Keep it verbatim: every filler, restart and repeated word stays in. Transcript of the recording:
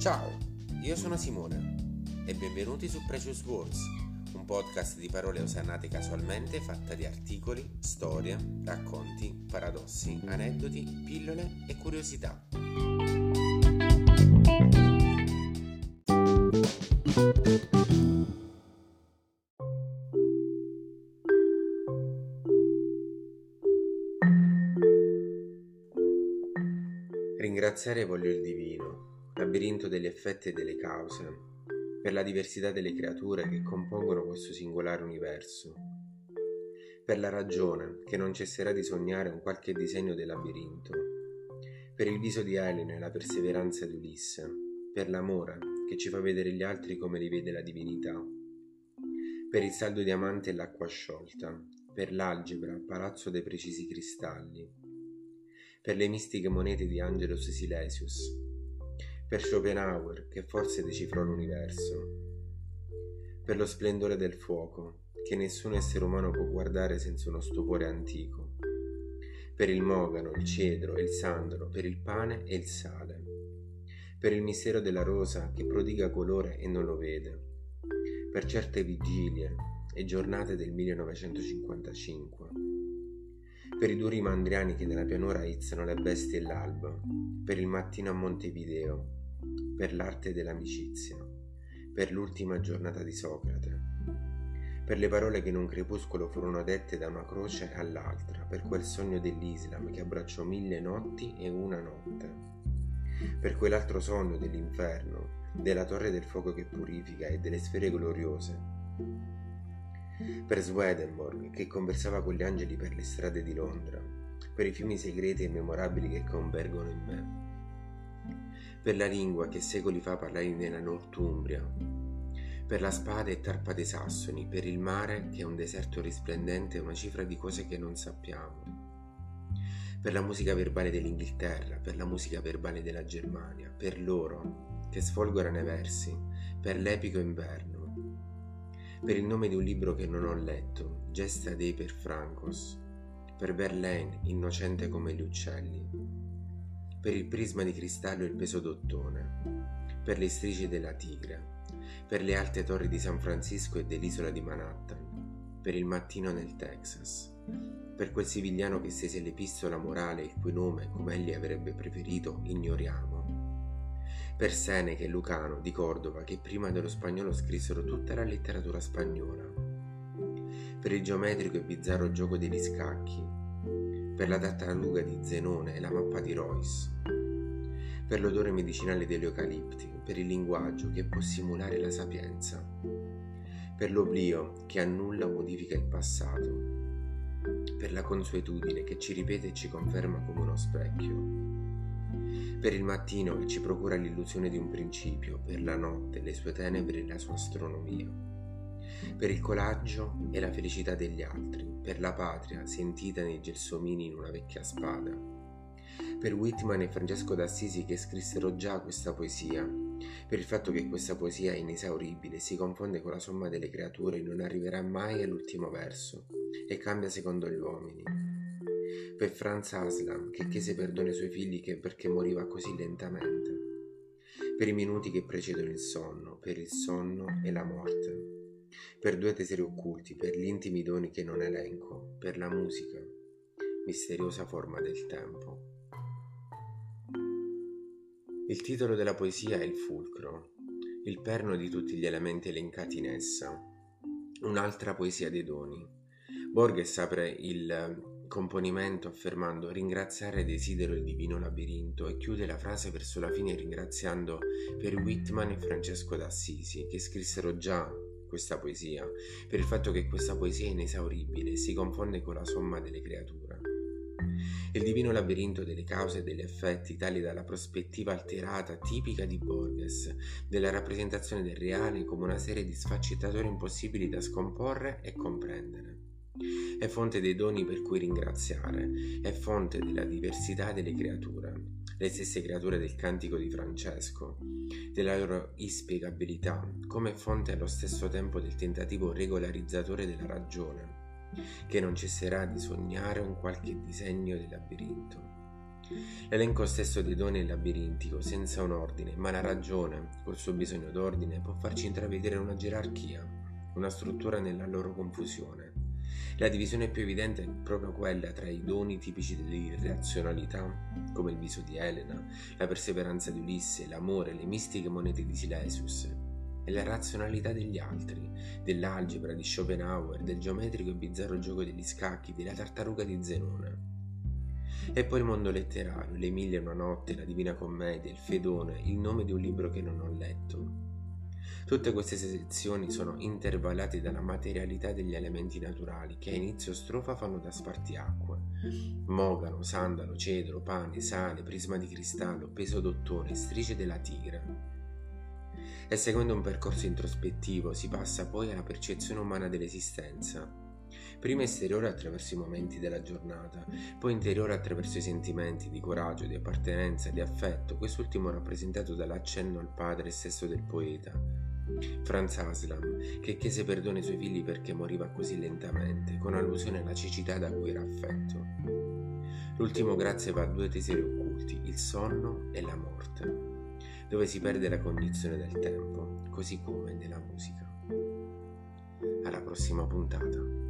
Ciao, io sono Simone e benvenuti su Precious Words, un podcast di parole osannate casualmente fatta di articoli, storie, racconti, paradossi, aneddoti, pillole e curiosità. Ringraziare voglio il divino, labirinto degli effetti e delle cause, per la diversità delle creature che compongono questo singolare universo, per la ragione che non cesserà di sognare un qualche disegno del labirinto, per il viso di Elena e la perseveranza di Ulisse, per l'amore che ci fa vedere gli altri come li vede la divinità, per il saldo diamante e l'acqua sciolta, per l'algebra, palazzo dei precisi cristalli, per le mistiche monete di Angelus Silesius, per Schopenhauer che forse decifrò l'universo, per lo splendore del fuoco che nessun essere umano può guardare senza uno stupore antico, per il mogano, il cedro e il sandalo, per il pane e il sale, per il mistero della rosa che prodiga colore e non lo vede, per certe vigilie e giornate del millenovecentocinquantacinque, per i duri mandriani che nella pianura aizzano le bestie e l'alba, per il mattino a Montevideo, per l'arte dell'amicizia, per l'ultima giornata di Socrate, per le parole che in un crepuscolo furono dette da una croce all'altra, per quel sogno dell'Islam che abbracciò mille notti e una notte, per quell'altro sogno dell'inferno, della torre del fuoco che purifica e delle sfere gloriose, per Swedenborg che conversava con gli angeli per le strade di Londra, per i fiumi segreti e memorabili che convergono in me, per la lingua che secoli fa parlai nella Northumbria, per la spada e tarpa dei Sassoni, per il mare che è un deserto risplendente e una cifra di cose che non sappiamo, per la musica verbale dell'Inghilterra, per la musica verbale della Germania, per l'oro che sfolgora nei versi, per l'epico inverno, per il nome di un libro che non ho letto, Gesta dei per Francos, per Verlaine, innocente come gli uccelli, per il prisma di cristallo e il peso d'ottone, per le strisce della Tigre, per le alte torri di San Francisco e dell'isola di Manhattan, per il mattino nel Texas, per quel sivigliano che stese l'epistola morale il cui nome, come egli avrebbe preferito, ignoriamo, per Seneca e Lucano di Cordova che prima dello spagnolo scrissero tutta la letteratura spagnola, per il geometrico e bizzarro gioco degli scacchi, per la tartaruga di Zenone e la mappa di Royce, per l'odore medicinale degli eucalipti, per il linguaggio che può simulare la sapienza, per l'oblio che annulla o modifica il passato, per la consuetudine che ci ripete e ci conferma come uno specchio, per il mattino che ci procura l'illusione di un principio, per la notte, le sue tenebre e la sua astronomia, per il coraggio e la felicità degli altri, per la patria sentita nei gelsomini in una vecchia spada, per Whitman e Francesco d'Assisi che scrissero già questa poesia, per il fatto che questa poesia è inesauribile, si confonde con la somma delle creature e non arriverà mai all'ultimo verso e cambia secondo gli uomini, per Franz Aslam che chiese perdono ai suoi figli che perché moriva così lentamente, per i minuti che precedono il sonno, per il sonno e la morte, per due tesori occulti, per gli intimi doni che non elenco, per la musica, misteriosa forma del tempo. Il titolo della poesia è il fulcro, il perno di tutti gli elementi elencati in essa, un'altra poesia dei doni. Borges apre il componimento affermando ringraziare desidero il divino labirinto e chiude la frase verso la fine ringraziando per Whitman e Francesco d'Assisi che scrissero già questa poesia, per il fatto che questa poesia è inesauribile e si confonde con la somma delle creature. Il divino labirinto delle cause e degli effetti tali dalla prospettiva alterata tipica di Borges, della rappresentazione del reale come una serie di sfaccettature impossibili da scomporre e comprendere. È fonte dei doni per cui ringraziare, è fonte della diversità delle creature, le stesse creature del cantico di Francesco, della loro inspiegabilità, come fonte allo stesso tempo del tentativo regolarizzatore della ragione, che non cesserà di sognare un qualche disegno del labirinto. L'elenco stesso dei doni è labirintico, senza un ordine, ma la ragione, col suo bisogno d'ordine, può farci intravedere una gerarchia, una struttura nella loro confusione. La divisione più evidente è proprio quella tra i doni tipici dell'irrazionalità, come il viso di Elena, la perseveranza di Ulisse, l'amore, le mistiche monete di Silesius, e la razionalità degli altri, dell'algebra di Schopenhauer, del geometrico e bizzarro gioco degli scacchi, della tartaruga di Zenone. E poi il mondo letterario, le mille e una notte, la Divina Commedia, il Fedone, il nome di un libro che non ho letto. Tutte queste sezioni sono intervallate dalla materialità degli elementi naturali che a inizio strofa fanno da spartiacque. Mogano, sandalo, cedro, pane, sale, prisma di cristallo, peso d'ottone, strisce della tigre. E seguendo un percorso introspettivo si passa poi alla percezione umana dell'esistenza. Prima esteriore attraverso i momenti della giornata, poi interiore attraverso i sentimenti di coraggio, di appartenenza, di affetto, quest'ultimo rappresentato dall'accenno al padre stesso del poeta, Franz Aslam, che chiese perdono ai suoi figli perché moriva così lentamente, con allusione alla cecità da cui era affetto. L'ultimo grazie va a due tesori occulti, il sonno e la morte, dove si perde la cognizione del tempo, così come nella musica. Alla prossima puntata.